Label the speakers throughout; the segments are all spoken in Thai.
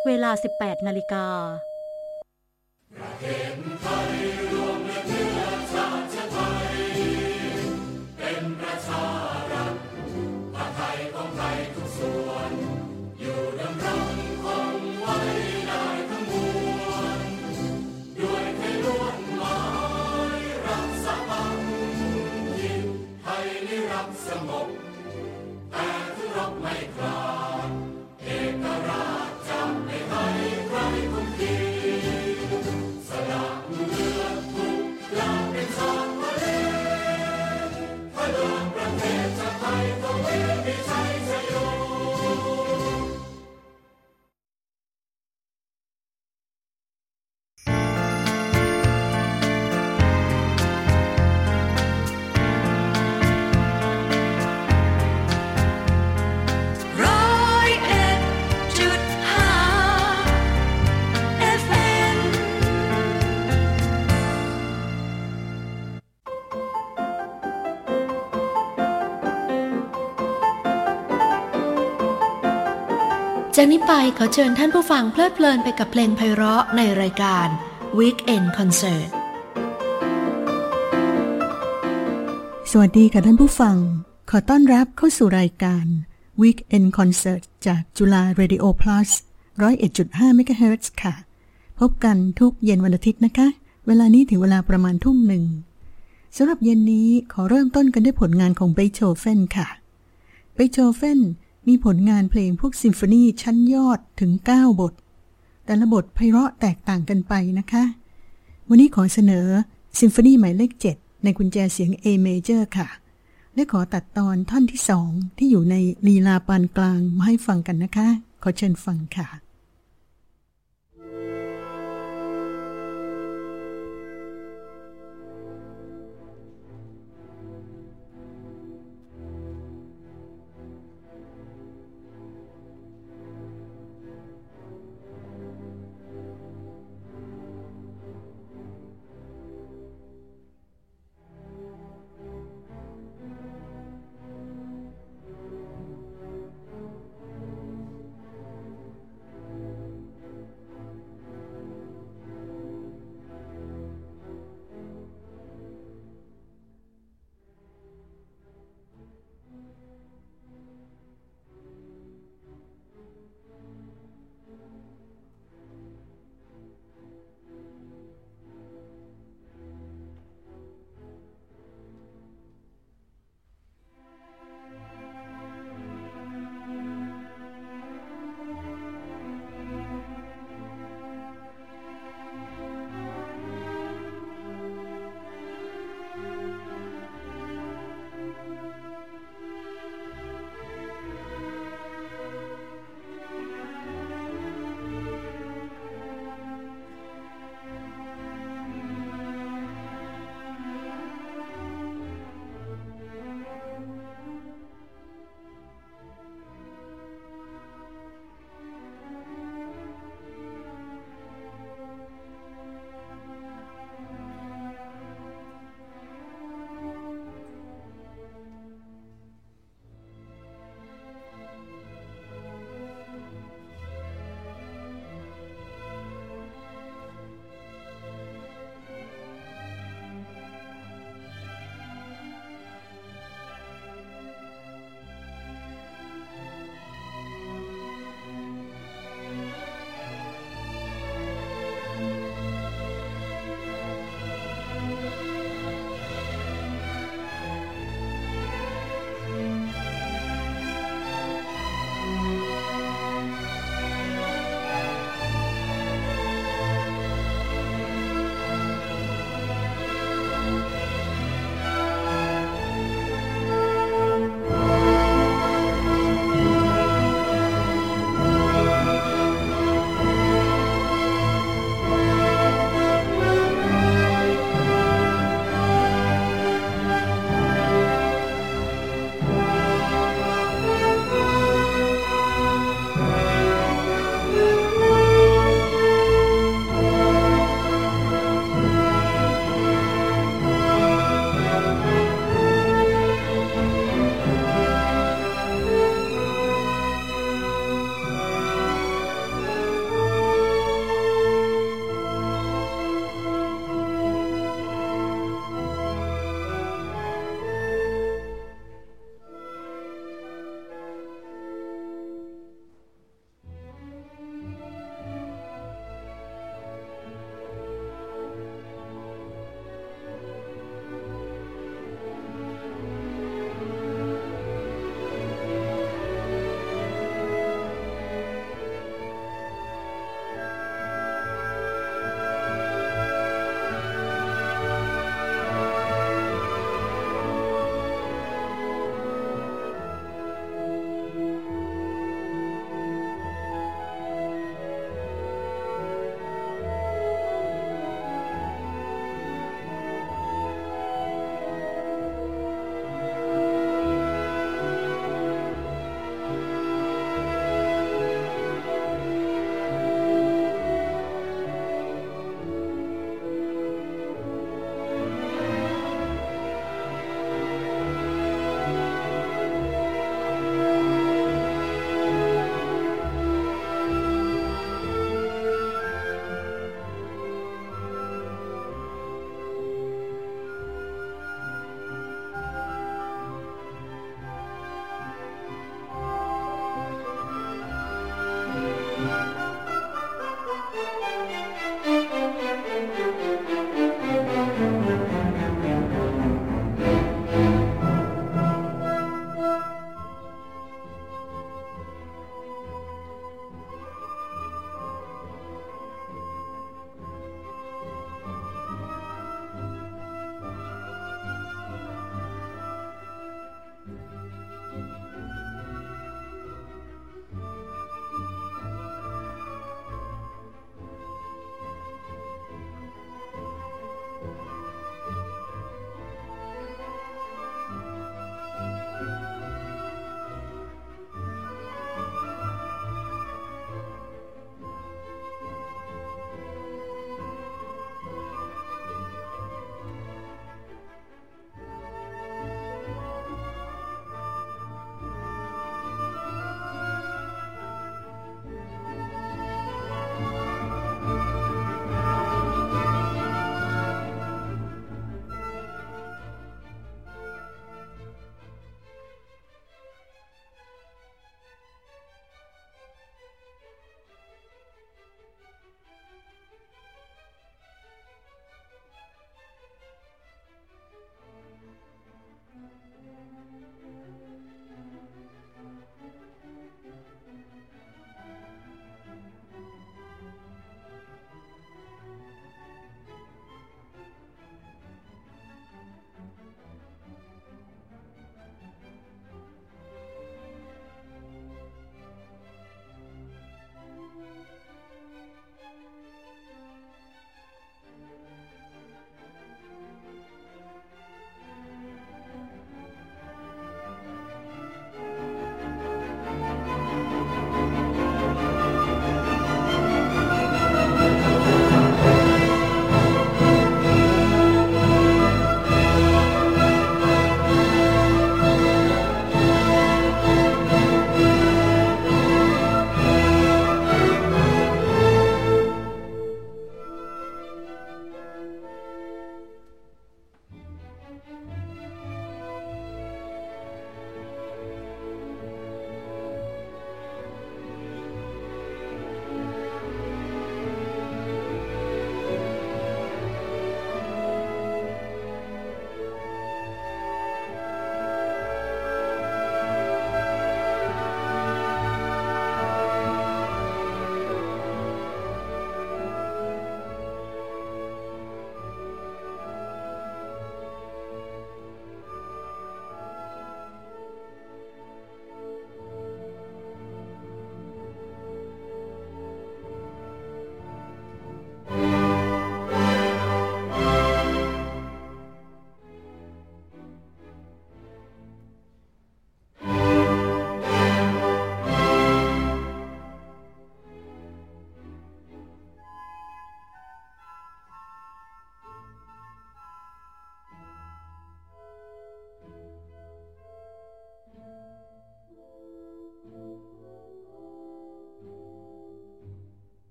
Speaker 1: เวลา 18 นาฬิกา
Speaker 2: จากนี้ไปขอเชิญท่านผู้ฟังเพลิดเพลินไปกับเพลงไพเราะในรายการ Weekend Concert
Speaker 3: สวัสดีค่ะท่านผู้ฟังขอต้อนรับเข้าสู่รายการ Weekend Concert จากจุฬา Radio Plus 101.5 MHz ค่ะพบกันทุกเย็นวันอาทิตย์นะคะเวลานี้ถึงเวลาประมาณทุ่มหนึ่งสำหรับเย็นนี้ขอเริ่มต้นกันด้วยผลงานของเบโธเฟนค่ะเบโธเฟนมีผลงานเพลงพวกซิมโฟนีชั้นยอดถึง9บทแต่ละบทไพเราะแตกต่างกันไปนะคะวันนี้ขอเสนอซิมโฟนีหมายเลข7ในกุญแจเสียง A Major ค่ะและขอตัดตอนท่อนที่2ที่อยู่ในลีลาปานกลางมาให้ฟังกันนะคะขอเชิญฟังค่ะ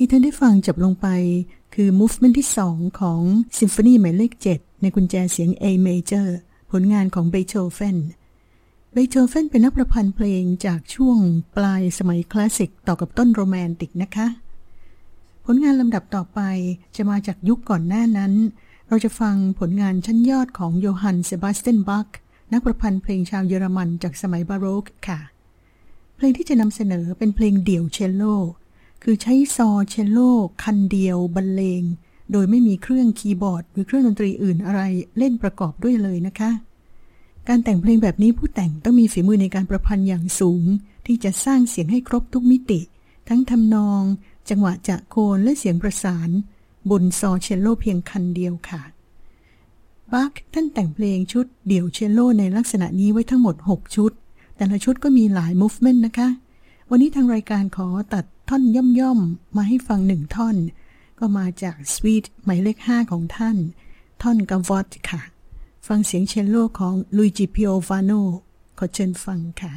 Speaker 3: ท่านได้ฟังจบลงไปคือ Movement ที่ 2 ของ Symphony หมายเลข 7 ในกุญแจเสียง A Major ผลงานของเบโธเฟนเป็นนักประพันธ์เพลงจากช่วงปลายสมัยคลาสสิกต่อกับต้นโรแมนติกนะคะผลงานลำดับต่อไปจะมาจากยุคก่อนหน้านั้นเราจะฟังผลงานชั้นยอดของโยฮันน์เซบาสเตียนบัคนักประพันธ์เพลงชาวเยอรมันจากสมัยบาโรกค่ะเพลงที่จะนำเสนอเป็นเพลงเดี่ยวเชลโลคือใช้ซอเชลโลคันเดียวบรรเลงโดยไม่มีเครื่องคีย์บอร์ดหรือเครื่องดนตรีอื่นอะไรเล่นประกอบด้วยเลยนะคะการแต่งเพลงแบบนี้ผู้แต่งต้องมีฝีมือในการประพันธ์อย่างสูงที่จะสร้างเสียงให้ครบทุกมิติทั้งทำนองจังหวะจะโคนและเสียงประสานบนซอเชลโลเพียงคันเดียวค่ะบัคท่านแต่งเพลงชุดเดี่ยวเชลโลในลักษณะนี้ไว้ทั้งหมด6ชุดแต่ละชุดก็มีหลาย movement นะคะวันนี้ทางรายการขอตัดท่อนย่อมๆมาให้ฟัง1ท่อนก็มาจาก Suite หมายเลข 5 ของท่านท่อนกาวอตค่ะฟังเสียงเชลโลของลุยจิพิโอวาโนขอเชิญฟังค่ะ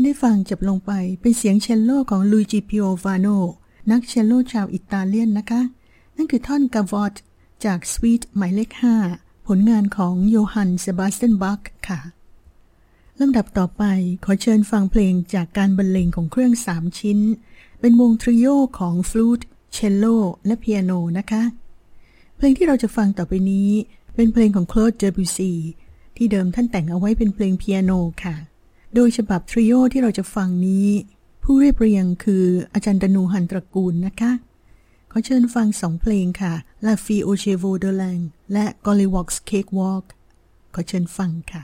Speaker 3: ได้ฟังจบลงไปเป็นเสียงเชลโลของลุยจิปิโอวาโนนักเชลโลชาวอิตาเลียนนะคะนั่นคือท่อนกาวอตจากสวีทหมายเลข5ผลงานของโยฮันเซบาสเตียนบัคค่ะลำดับต่อไปขอเชิญฟังเพลงจากการบรรเลงของเครื่อง3ชิ้นเป็นวงทริโอของฟลูตเชลโลและเปียโนนะคะเพลงที่เราจะฟังต่อไปนี้เป็นเพลงของโคลด เดบิวซีที่เดิมท่านแต่งเอาไว้เป็นเพลงเปียโนค่ะโดยฉบับทริโอที่เราจะฟังนี้ผู้เรียบเรียงคืออาจารย์ดนูหันตระกูลนะคะขอเชิญฟัง2เพลงค่ะ La Fille aux Cheveux de Lang และ Gollywog's Cakewalk ขอเชิญฟังค่ะ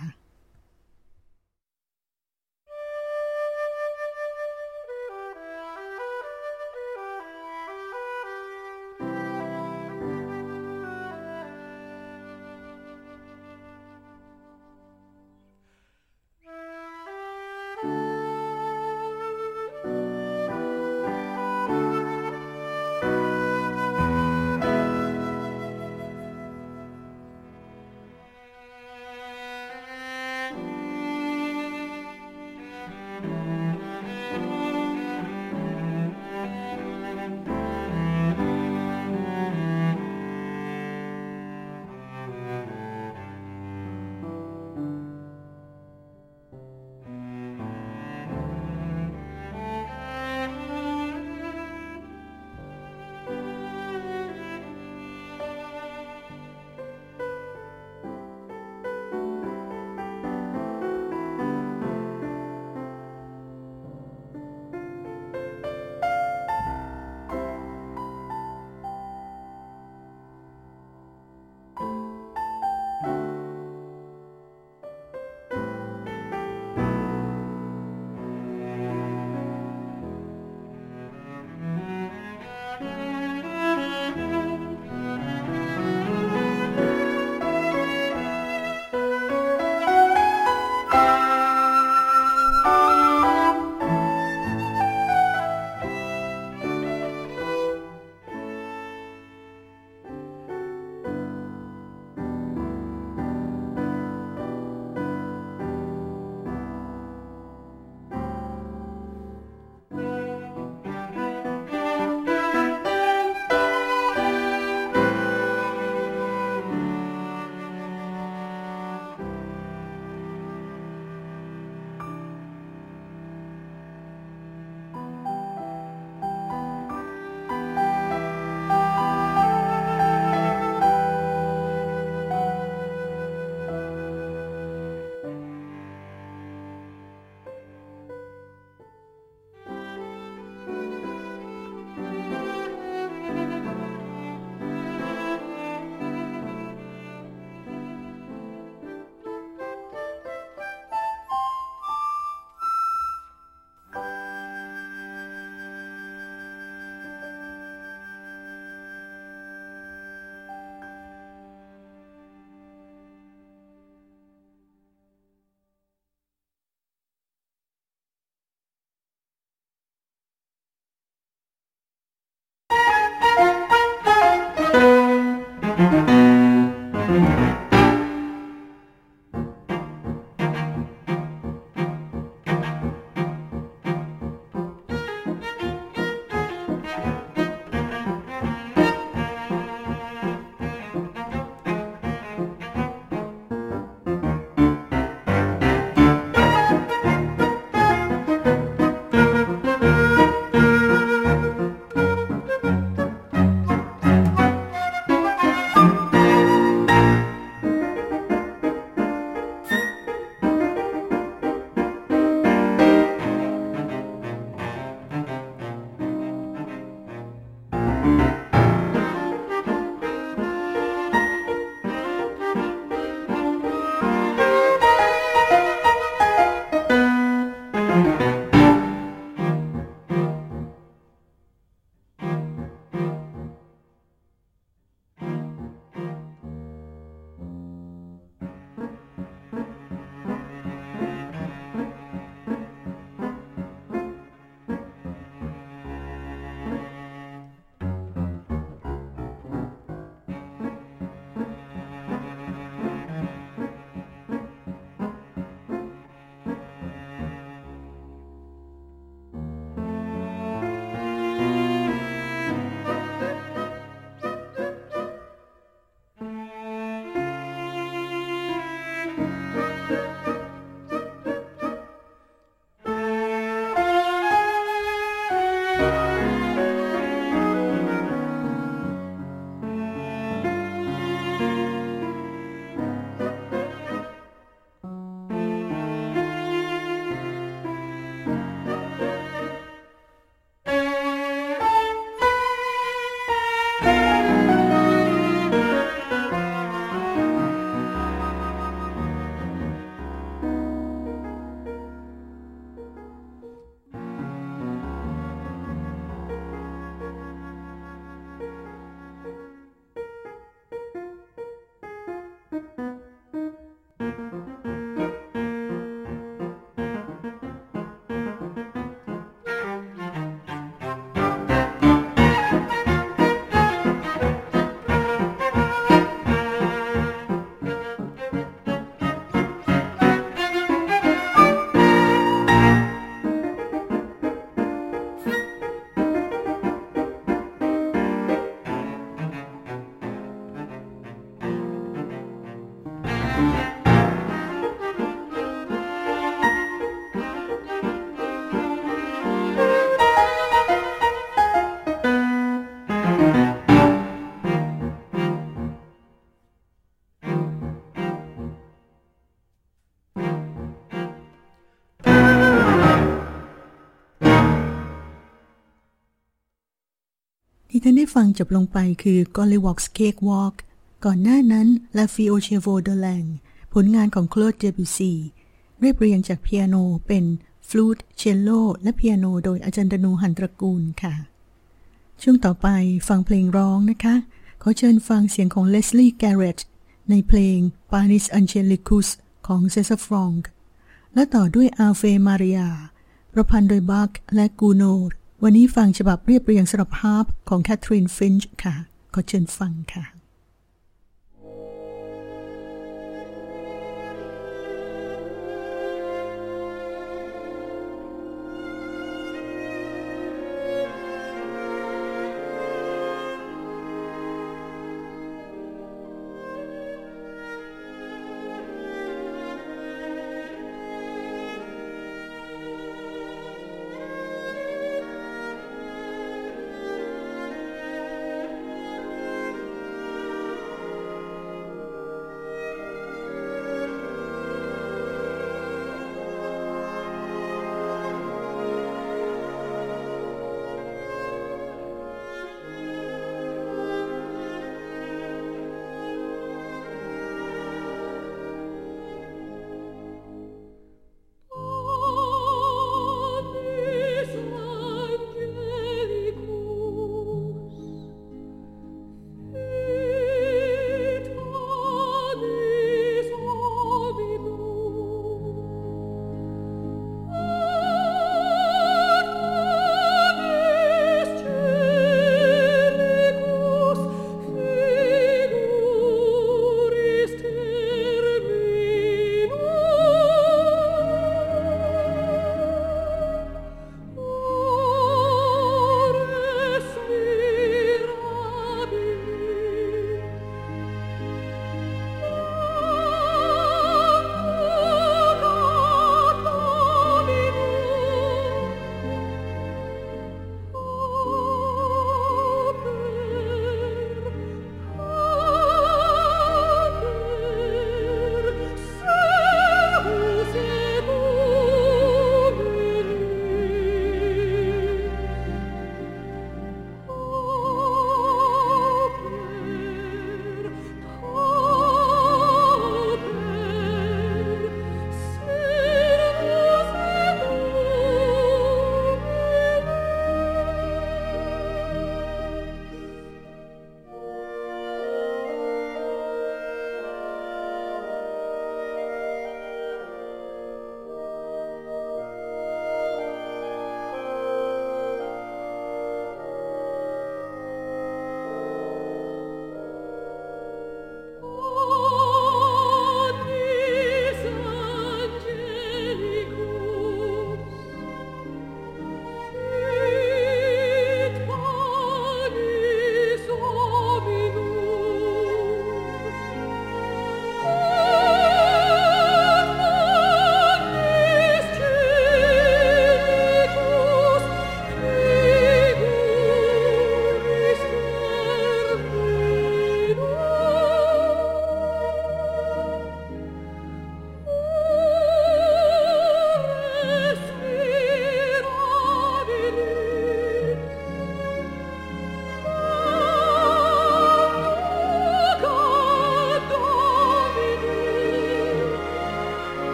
Speaker 3: ที่ท่านได้ฟังจบลงไปคือ Gollywog's Cakewalk ก่อนหน้านั้น La Fille aux Cheveux de Lange ผลงานของ Claude Debussy เรียบเรียงจากเปียโนเป็นฟลูตเชลโลและเปียโนโดยอาจารย์ดนูหันตระกูลค่ะช่วงต่อไปฟังเพลงร้องนะคะขอเชิญฟังเสียงของ Leslie Garrett ในเพลง Panis Angelicus ของ César Franck และต่อด้วย Ave Maria ประพันธ์โดยบัคและกูโนร์วันนี้ฟังฉบับเรียบเรียงสำหรับฮาร์ปของแคทรีนฟินช์ค่ะขอเชิญฟังค่ะ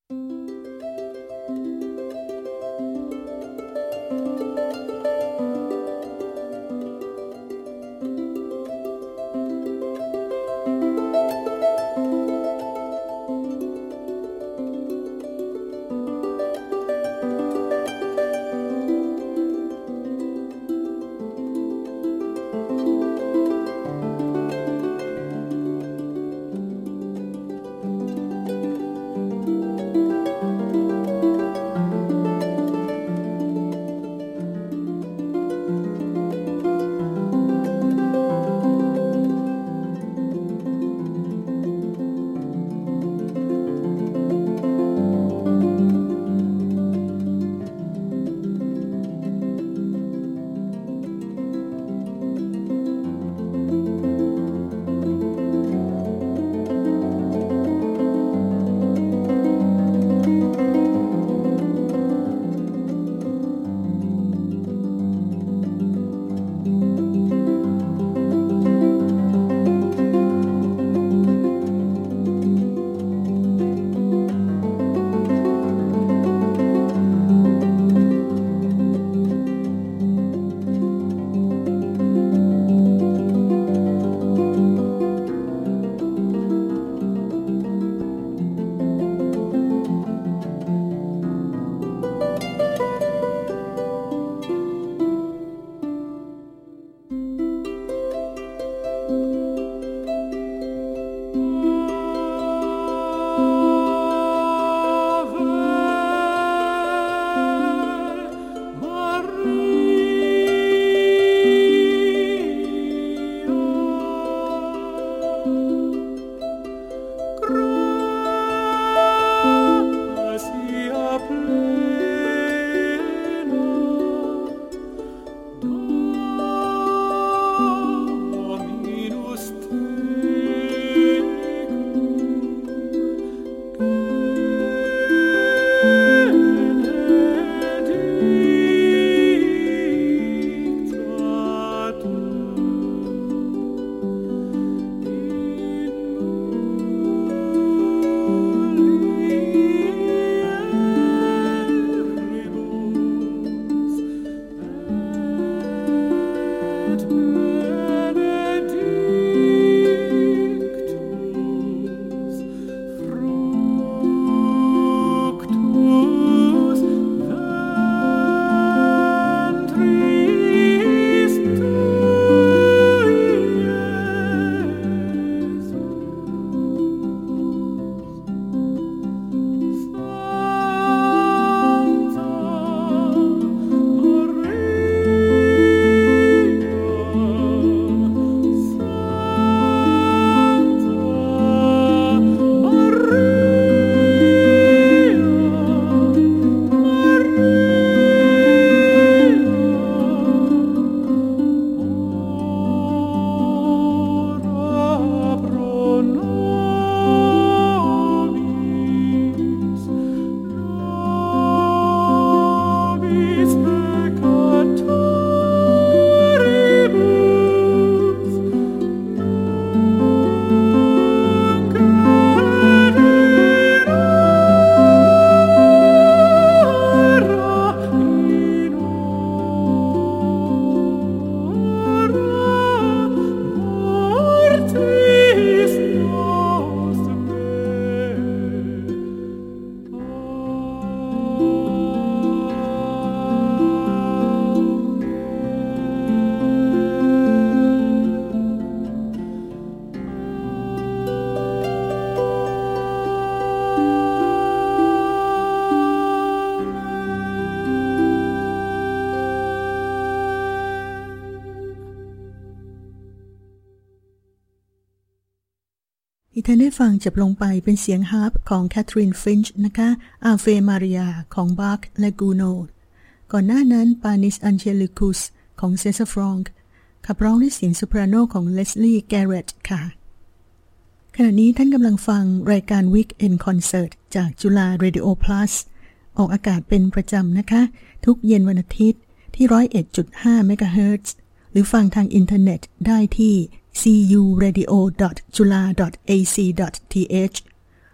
Speaker 3: ที่ท่านได้ฟังจบลงไปเป็นเสียงฮาร์ปของแคทรีนฟินช์นะคะอาเฟมาริยาของบาร์กและกูโนดก่อนหน้านั้นปานิสอันเชลิคุสของเซซาฟรองขับร้องด้วยเสียงโซปราโนของเลสลีย์แกเรตค่ะขณะนี้ท่านกำลังฟังรายการ Weekend Concert จากจุฬา Radio Plus ออกอากาศเป็นประจำนะคะทุกเย็นวันอาทิตย์ที่ 101.5 MHz หรือฟังทางอินเทอร์เน็ตได้ที่ curadio.jula.ac.th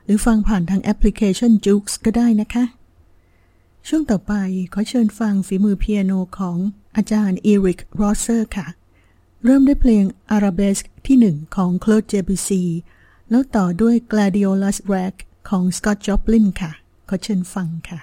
Speaker 3: หรือฟังผ่านทางแอปพลิเคชัน Joox ก็ได้นะคะช่วงต่อไปขอเชิญฟังฝีมือเปียโนของอาจารย์อีริก รอสเซอร์ค่ะเริ่มด้วยเพลง Arabesque ที่1ของ Claude Debussy แล้วต่อด้วย Gladiolus Rag ของ Scott Joplin ค่ะขอเชิญฟังค่ะ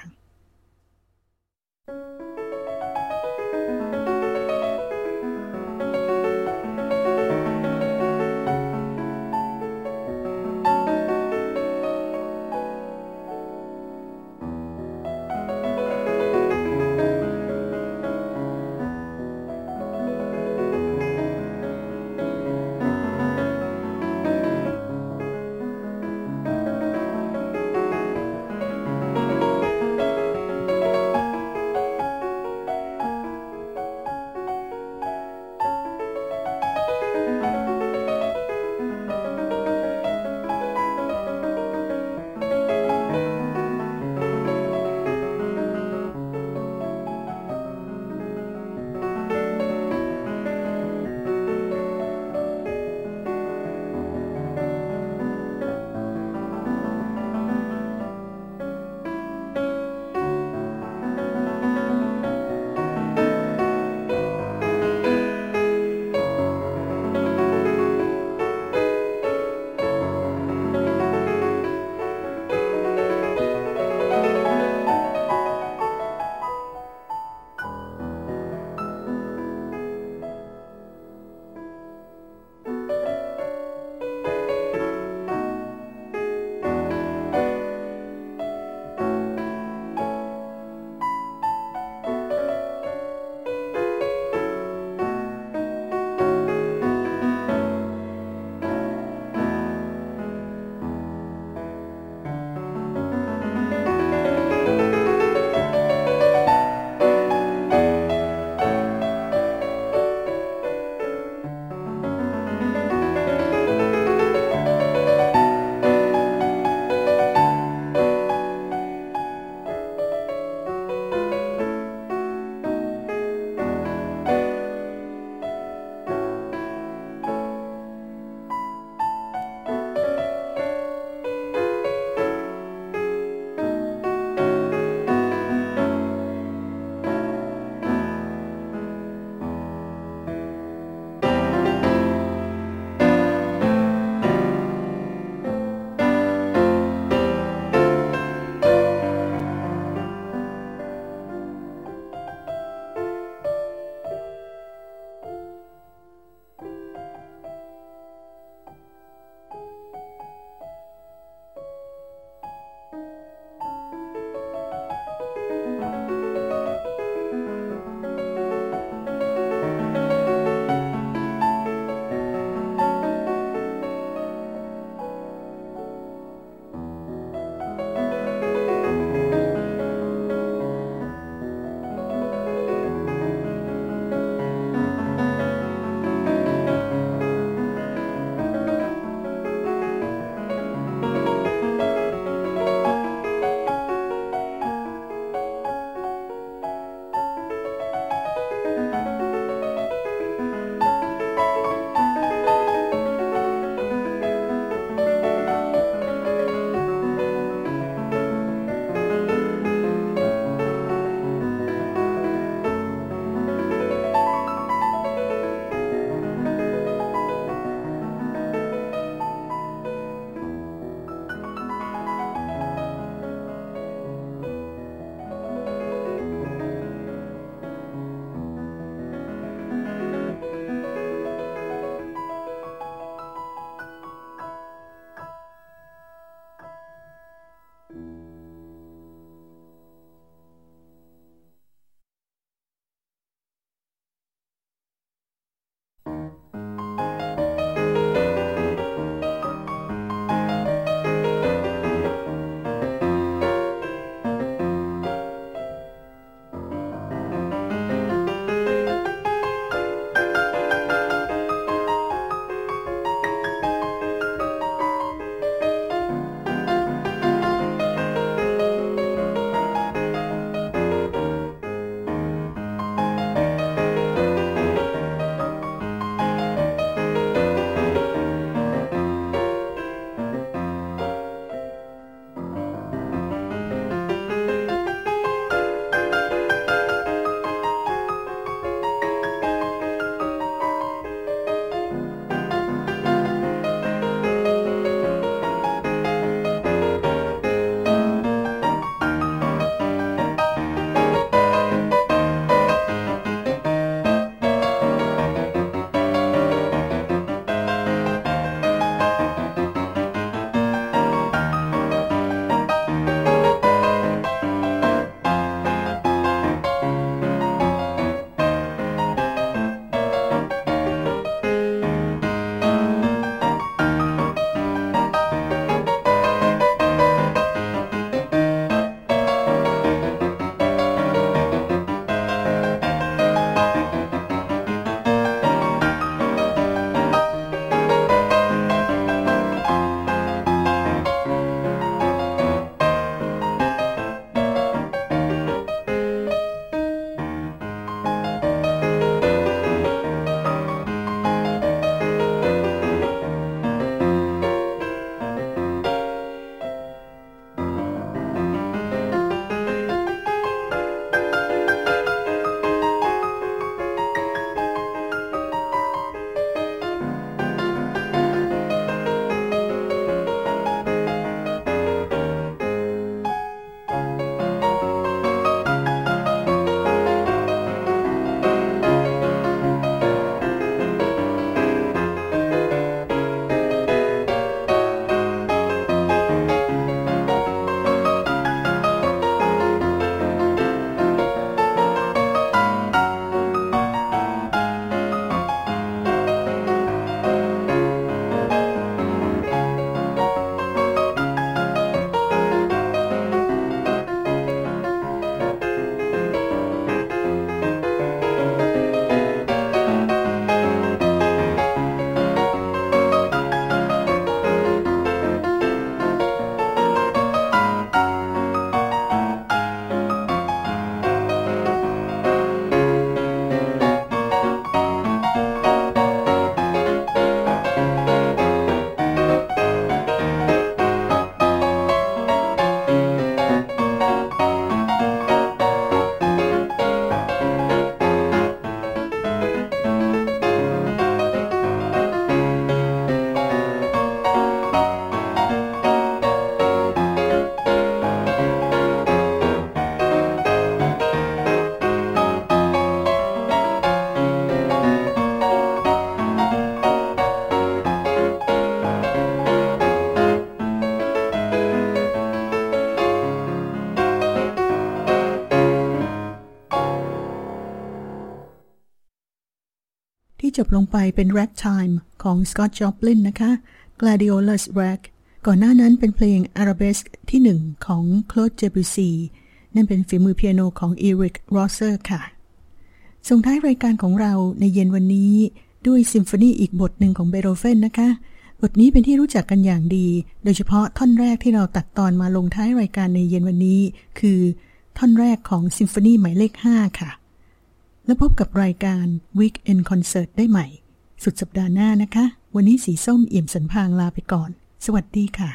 Speaker 3: ที่จบลงไปเป็น Ragtime ของ Scott Joplin นะคะ Gladiolus Rag ก่อนหน้านั้นเป็นเพลง Arabesque ที่1ของ Claude Debussy นั่นเป็นฝีมือเปียโนของ Eric Rosser ค่ะส่งท้ายรายการของเราในเย็นวันนี้ด้วยซิมโฟนีอีกบทหนึ่งของเบโธเฟนนะคะบทนี้เป็นที่รู้จักกันอย่างดีโดยเฉพาะท่อนแรกที่เราตัดตอนมาลงท้ายรายการในเย็นวันนี้คือท่อนแรกของซิมโฟนีหมายเลข5ค่ะแล้วพบกับรายการ Weekend Concert ได้ใหม่สุดสัปดาห์หน้านะคะวันนี้สีส้มเอี่ยมสันพางลาไปก่อนสวัสดีค่ะ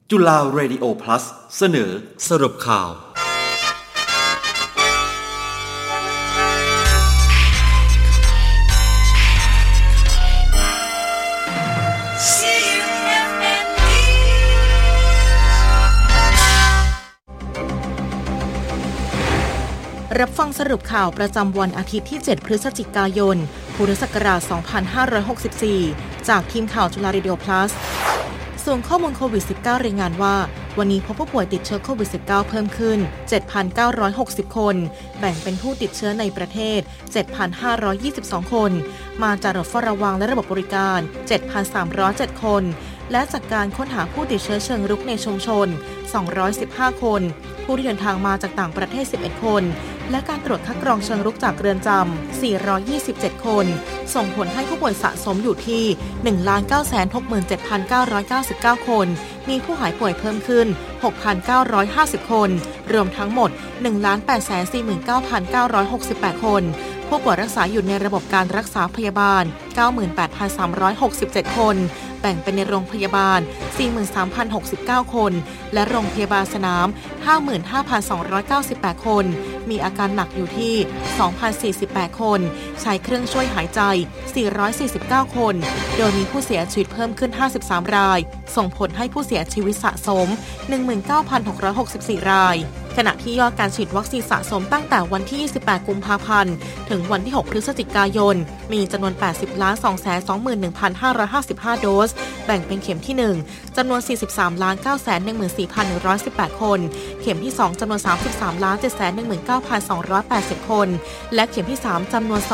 Speaker 1: จุฬา Radio Plus เสนอสรุปข่าว
Speaker 4: รับฟังสรุปข่าวประจำวันอาทิตย์ที่ 7 พฤศจิกายน พุทธศักราช 2564 จากทีมข่าวจุฬา Radio Plus ส่วนข้อมูลโควิด -19 รายงานว่าวันนี้พบผู้ป่วยติดเชื้อโควิด -19 เพิ่มขึ้น 7,960 คน แบ่งเป็นผู้ติดเชื้อในประเทศ 7,522 คน มาจากระบบเฝ้าระวังและระบบบริการ 7,307 คน และจากการค้นหาผู้ติดเชื้อเชิงรุกในชุมชน 215 คน ผู้ที่เดินทางมาจากต่างประเทศ 11 คน และการตรวจคัดกรองเชิงรุกจากเรือนจำ 427 คน ส่งผลให้ผู้ป่วยสะสมอยู่ที่ 1,967,999 คน มีผู้หายป่วยเพิ่มขึ้น 6,950 คน รวมทั้งหมด 1,849,968 คน ผู้ป่วยรักษาอยู่ในระบบการรักษาพยาบาล 98,367 คนแบ่งเป็นในโรงพยาบาล 43,069 คน และโรงพยาบาลสนาม 55,298 คน มีอาการหนักอยู่ที่ 2,048 คน ใช้เครื่องช่วยหายใจ 449 คน โดยมีผู้เสียชีวิตเพิ่มขึ้น 53 ราย ส่งผลให้ผู้เสียชีวิตสะสม 19,664 รายขณะที่ยอดการฉีดวัคซีนสะสมตั้งแต่วันที่ 28 กุมภาพันธ์ถึงวันที่ 6 พฤศจิกายนมีจำนวน 80,221,555 โดสแบ่งเป็นเข็มที่ 1 จำนวน 43,914,118 คนเข็มที่ 2 จำนวน 33,719,280 คนและเข็มที่ 3 จำนวน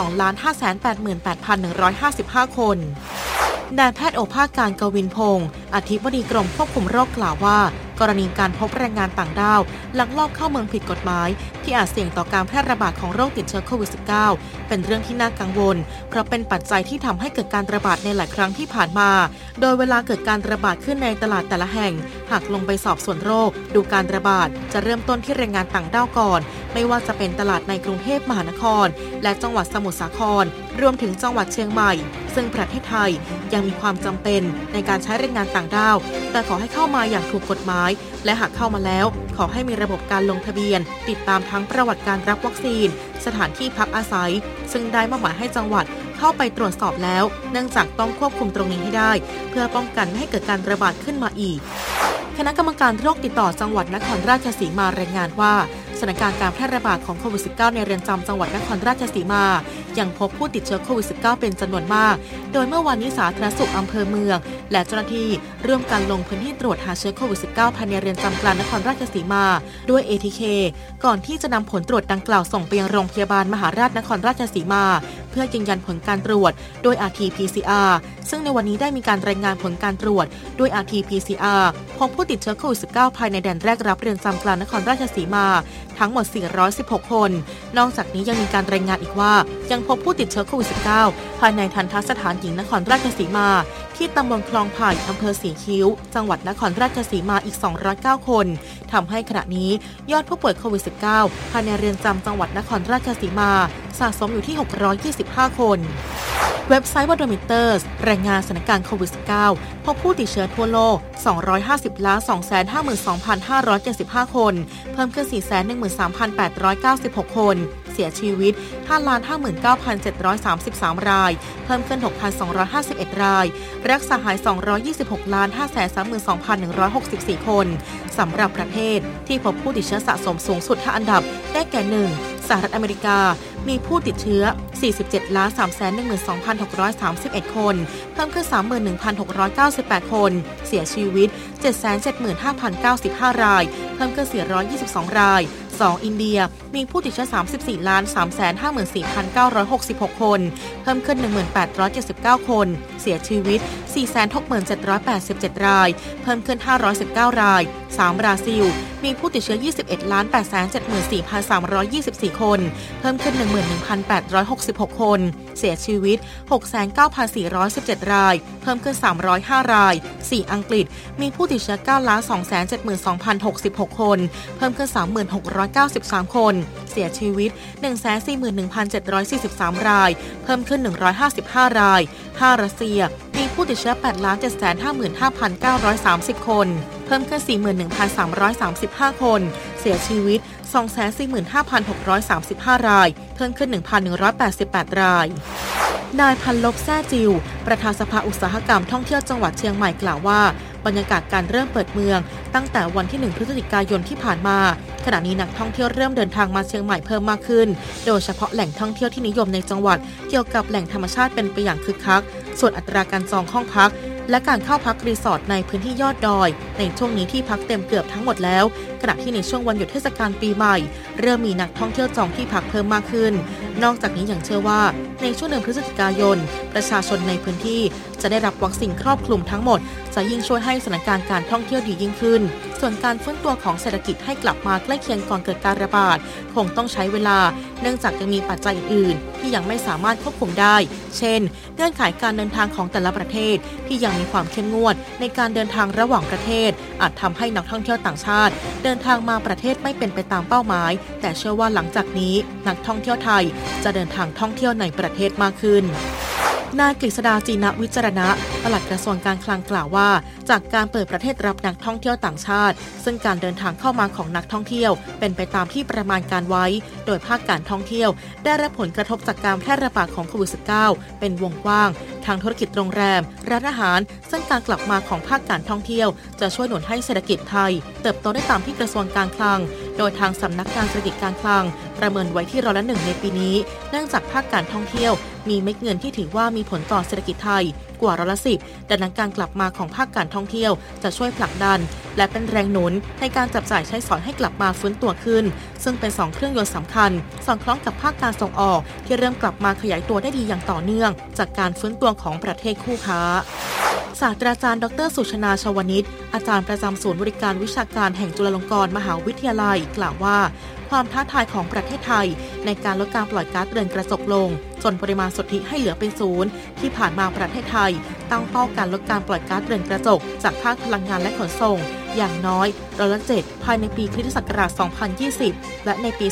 Speaker 4: 2,588,155 คนนายแพทย์โอภาสการกวินพงศ์อธิบดีกรมควบคุมโรคกล่าวว่ากรณีการพบแรงงานต่างด้าวลักลอบเข้าเมืองผิดกฎหมายที่อาจเสี่ยงต่อการแพร่ระบาดของโรคติดเชื้อโควิด -19 เป็นเรื่องที่น่ากังวลเพราะเป็นปัจจัยที่ทำให้เกิดการระบาดในหลายครั้งที่ผ่านมาโดยเวลาเกิดการระบาดขึ้นในตลาดแต่ละแห่งหากลงไปสอบสวนโรคดูการระบาดจะเริ่มต้นที่แรงงานต่างด้าวก่อนไม่ว่าจะเป็นตลาดในกรุงเทพมหานครและจังหวัดสมุทรสาครรวมถึงจังหวัดเชียงใหม่ซึ่งประเทศไทยยังมีความจำเป็นในการใช้แรงงานต่างด้าวแต่ขอให้เข้ามาอย่างถูกกฎหมายและหากเข้ามาแล้วขอให้มีระบบการลงทะเบียนติดตามทั้งประวัติการรับวัคซีนสถานที่พักอาศัยซึ่งได้มอบหมายให้จังหวัดเข้าไปตรวจสอบแล้วเนื่องจากต้องควบคุมตรงนี้ให้ได้เพื่อป้องกันไม่ให้เกิดการระบาดขึ้นมาอีกคณะกรรมการโรคติดต่อจังหวัดนครราชสีมารายงานว่าสถานการณ์การแพร่ระบาดของโควิด -19 ในเรือนจำจังหวัดนครราชสีมายังพบผู้ติดเชื้อโควิด -19 เป็นจำนวนมากโดยเมื่อวานนี้สาธารณสุขอำเภอเมืองและเจ้าหน้าที่ร่วมกันลงพื้นที่ตรวจหาเชื้อโควิด -19 ภายในเรือนจำกลางนครราชสีมาด้วย ATK ก่อนที่จะนำผลตรวจดังกล่าวส่งไปยังโรงพยาบาลมหาราชนครราชสีมาเพื่อยืนยันผลการตรวจโดย RT-PCR ซึ่งในวันนี้ได้มีการรายงานผลการตรวจด้วย RT-PCR พบผู้ติดเชื้อโควิด -19 ภายในแดนแรกรับเรือนจำกลางนครราชสีมาทั้งหมด 416 คนนอกจากนี้ยังมีการรายงานอีกว่ายังพบผู้ติดเชื้อโควิด -19 ภายในทัณฑสถานหญิงนครราชสีมาที่ตำบลคลองไผ่อำเภอสีคิ้วจังหวัดนครราชสีมาอีก209คนทำให้ขณะนี้ยอดผู้ป่วยโควิด -19 ภายในเรือนจำจังหวัดนครราชสีมาสะสมอยู่ที่625คนเว็บไซต์ Worldometers รายงานสถานการณ์โควิด -19 พบผู้ติดเชื้อทั่วโลก 250,252,575 คนเพิ่มขึ้น 413,896 คนเสียชีวิต 5,59,733 รายเพิ่มขึ้น 6,251 รายรักษาหาย 226,532,164 คนสำหรับประเทศที่พบผู้ติดเชื้อสะสมสูงสุด5อันดับได้แก่ 1. สหรัฐอเมริกามีผู้ติดเชื้อ 47,312,631 คนเพิ่มขึ้น 31,698 คนเสียชีวิต 775,095 รายเพิ่มขึ้น 422 ราย 2. อินเดียมีผู้ติดเชื้อ 34,354,966 คนเพิ่มขึ้น 1,879 คนเสียชีวิต 467,87 รายเพิ่มขึ้น 519 ราย 3. บราซิลมีผู้ติดเชื้อ 21,874,324 คนเพิ่มขึ้น 11,866 คนเสียชีวิต 69,417 รายเพิ่มขึ้น 305 ราย 4. อังกฤษมีผู้ติดเชื้อ 9,272,066 คนเพิ่มขึ้น 3,693 คนเสียชีวิต 141,743 รายเพิ่มขึ้น 155 ราย 5. รัสเซียมีผู้ติดเชื้อ 8,755,530 คนเพิ่มขึ้น 41,335 คนเสียชีวิต 245,635 รายเพิ่มขึ้น 1,188 รายนายพันลบแซ่จิวประธานสภาอุตสาหกรรมท่องเที่ยวจังหวัดเชียงใหม่กล่าวว่าบรรยากาศการเริ่มเปิดเมืองตั้งแต่วันที่ 1 พฤศจิกายนที่ผ่านมาขณะนี้นักท่องเที่ยวเริ่มเดินทางมาเชียงใหม่เพิ่มมากขึ้นโดยเฉพาะแหล่งท่องเที่ยวที่นิยมในจังหวัดเกี่ยวกับแหล่งธรรมชาติเป็นไปอย่างคึกคักส่วนอัตราการจองห้องพักและการเข้าพักรีสอร์ทในพื้นที่ยอดดอยในช่วงนี้ที่พักเต็มเกือบทั้งหมดแล้วขณะที่ในช่วงวันหยุดเทศกาลปีใหม่เริ่มมีนักท่องเที่ยวจองที่พักเพิ่มมากขึ้นนอกจากนี้ยังเชื่อว่าในช่วงเดือนพฤศจิกายนประชาชนในพื้นที่จะได้รับวัคซีนครอบคลุมทั้งหมดจะยิ่งช่วยให้สถานการณ์การท่องเที่ยวดียิ่งขึ้นส่วนการฟื้นตัวของเศรษฐกิจให้กลับมาใกล้เคียงก่อนเกิดการระบาดคงต้องใช้เวลาเนื่องจากยังมีปัจจัยอื่นๆที่ยังไม่สามารถควบคุมได้เช่นเงื่อนไขการเดินทางของแต่ละประเทศที่ยังมีความเข้มงวดในการเดินทางระหว่างประเทศอาจทำให้นักท่องเที่ยวต่างชาติเดินทางมาประเทศไม่เป็นไปตามเป้าหมายแต่เชื่อว่าหลังจากนี้นักท่องเที่ยวไทยจะเดินทางท่องเที่ยวในประเทศมากขึ้นนายกฤษดาจีนวิจารณะปลัดกระทรวงการคลังกล่าวว่าจากการเปิดประเทศรับนักท่องเที่ยวต่างชาติซึ่งการเดินทางเข้ามาของนักท่องเที่ยวเป็นไปตามที่ประมาณการไว้โดยภาคการท่องเที่ยวได้รับผลกระทบจากการแพร่ระบาดของโควิด -19 เป็นวงกว้างทางธุรกิจโรงแรมร้านอาหารซึ่งการกลับมาของภาคการท่องเที่ยวจะช่วยหนุนให้เศรษฐกิจไทยเติบโตได้ตามที่กระทรวงการคลังโดยทางสำนักงานเศรษฐกิจการคลังประเมินไว้ที่1%ในปีนี้เนื่องจากภาคการท่องเที่ยวมีเม็ดเงินที่ถือว่ามีผลต่อเศรษฐกิจไทยกว่า10%ดังนั้นการกลับมาของภาคการท่องเที่ยวจะช่วยผลักดันและเป็นแรงหนุนในการจับจ่ายใช้สอยให้กลับมาฟื้นตัวขึ้นซึ่งเป็น2เครื่องยนต์สำคัญสอดคล้องกับภาคการส่งออกที่เริ่มกลับมาขยายตัวได้ดีอย่างต่อเนื่องจากการฟื้นตัวของประเทศคู่ค้าศาสตราจารย์ดร.สุชนาชวนิชอาจารย์ประจำศูนย์บริการวิชาการแห่งจุฬาลงกรณ์มหาวิทยาลัยกล่าวว่าความท้าทายของประเทศไทยในการลดการปล่อยก๊าซเรือนกระจกลงจนปริมาณสุทธิให้เหลือเป็นศูนย์ที่ผ่านมาประเทศไทยตั้งเป้าการลดการปล่อยก๊าซเรือนกระจกจากภาคพลังงานและขนส่งอย่างน้อย7%ภายในปีคริสตศักราช 2020 และในปี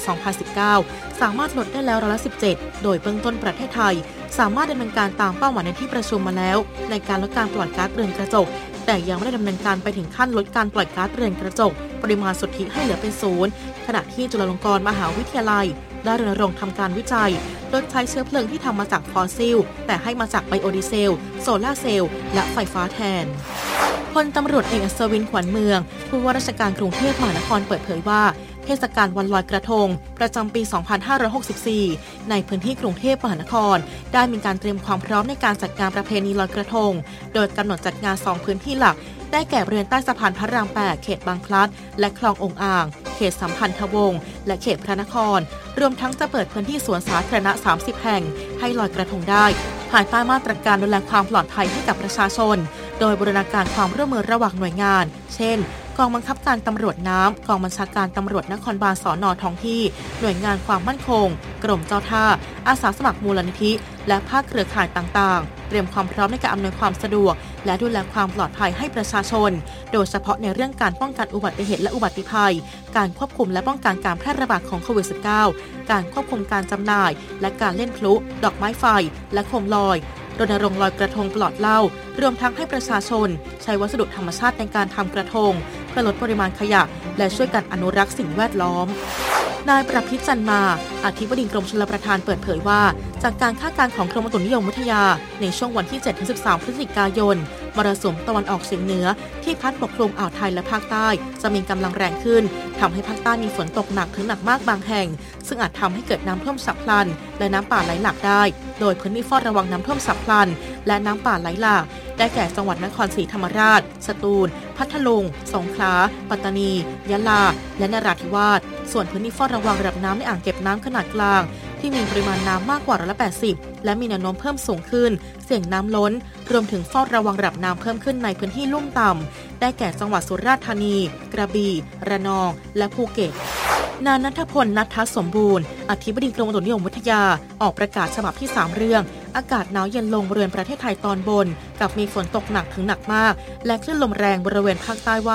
Speaker 4: 2019 สามารถลดได้แล้ว17%โดยเบื้องต้นประเทศไทยสามารถดำเนินการตามเป้าหมายในที่ประชุมมาแล้วในการลดการปล่อยก๊าซเรือนกระจกแต่ยังไม่ได้ดำเนินการไปถึงขั้นลดการปล่อยก๊าซเรือนกระจกปริมาณสุทธิให้เหลือเป็นศูนย์ขณะที่จุฬาลงกรณ์มหาวิทยาลัยได้รณรงค์ทำการวิจัยลดใช้เชื้อเพลิงที่ทำมาจากฟอสซิลแต่ให้มาจากไบโอดีเซลโซลาร์เซลล์และไฟฟ้าแทนพลตำรวจเอกอัศวินขวัญเมืองผู้ว่าราชการกรุงเทพมหานครเปิดเผยว่าเทศกาลวันลอยกระทงประจำปี 2564 ในพื้นที่กรุงเทพมหานครได้มีการเตรียมความพร้อมในการจัดงานประเพณีลอยกระทงโดยกำหนดจัดงาน2พื้นที่หลักได้แก่บริเวณใต้สะพานพระราม 8 เขตบางพลัดและคลององอ่างเขตสัมพันธวงศ์และเขตพระนครรวมทั้งจะเปิดพื้นที่สวนสาธารณะ 30 แห่งให้ลอยกระทงได้ภายใต้มาตรการดูแลความปลอดภัยให้กับประชาชนโดยบูรณาการความร่วมมือระหว่างหน่วยงานเช่นกองบังคับการตำรวจน้ำกองบัญชาการตำรวจนครบาลสน.ท้องที่หน่วยงานความมั่นคงกรมเจ้าท่าอาสาสมัครมูลนิธิและภาคเครือข่ายต่างๆเตรียมความพร้อมในการอำนวยความสะดวกและดูแลความปลอดภัยให้ประชาชนโดยเฉพาะในเรื่องการป้องกันอุบัติเหตุและอุบัติภัยการควบคุมและป้องกันการแพร่ระบาดของโควิด -19 การควบคุมการจำหน่ายและการเล่นพลุดอกไม้ไฟและโคมลอยรณรงค์ลอยกระทงปลอดเหล้ารวมทั้งให้ประชาชนใช้วัสดุธรรมชาติในการทำกระทงเพื่อลดปริมาณขยะและช่วยกันอนุรักษ์สิ่งแวดล้อมนายประพิตรจันมาอธิบดีกรมชลประทานเปิดเผยว่าจากการคาดการณ์ของกรมอุตุนิยมวิทยาในช่วงวันที่ 7-13 พฤศจิกายนมรสุมตะวันออกเฉียงเหนือที่พัดปกคลุมอ่าวไทยและภาคใต้จะมีกำลังแรงขึ้นทำให้ภาคใต้มีฝนตกหนักถึงหนักมากบางแห่งซึ่งอาจทำให้เกิดน้ำท่วมฉับพลันและน้ำป่าไหลหลากได้โดยพื้นที่เฝ้าระวังน้ำท่วมฉับพลันและน้ำป่าไหลหลากได้แก่จังหวัดนครศรีธรรมราชสตูลพัทลุงสงขลาปัตตานียะลาและนราธิวาสส่วนพื้นที่เฝ้าระวังระดับน้ำในอ่างเก็บน้ำขนาดกลางที่มีปริมาณน้ำมากกว่า80%และมีแนวโน้มเพิ่มสูงขึ้นเสี่ยงน้ำล้นรวมถึงเฝ้าระวังระดับน้ำเพิ่มขึ้นในพื้นที่ลุ่มต่ำได้แก่จังหวัดสุราษฎร์ธานีกระบี่ระนองและภูเก็ตนายณัฐพล ณัฐสมบูรณ์อธิบดีกรมอุตุนิยมวิทยาออกประกาศฉบับที่3เรื่องอากาศหนาวเย็นลงบริเวณประเทศไทยตอนบนกับมีฝนตกหนักถึงหนักมากและคลื่นลมแรงบริเวณภาคใต้ว่า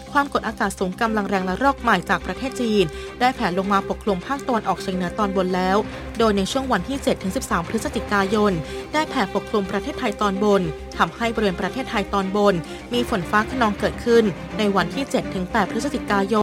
Speaker 4: ความกดอากาศสูงกำลังแรงและระลอกใหม่จากประเทศจีนได้แผ่ลงมาปกคลุมภาคตะวันออกเฉียงเหนือตอนบนแล้วโดยในช่วงวันที่ 7-13 พฤศจิกายนได้แผ่ปกคลุมประเทศไทยตอนบนทำให้บริเวณประเทศไทยตอนบนมีฝนฟ้าคะนองเกิดขึ้นในวันที่ 7-8 พฤศจิกายน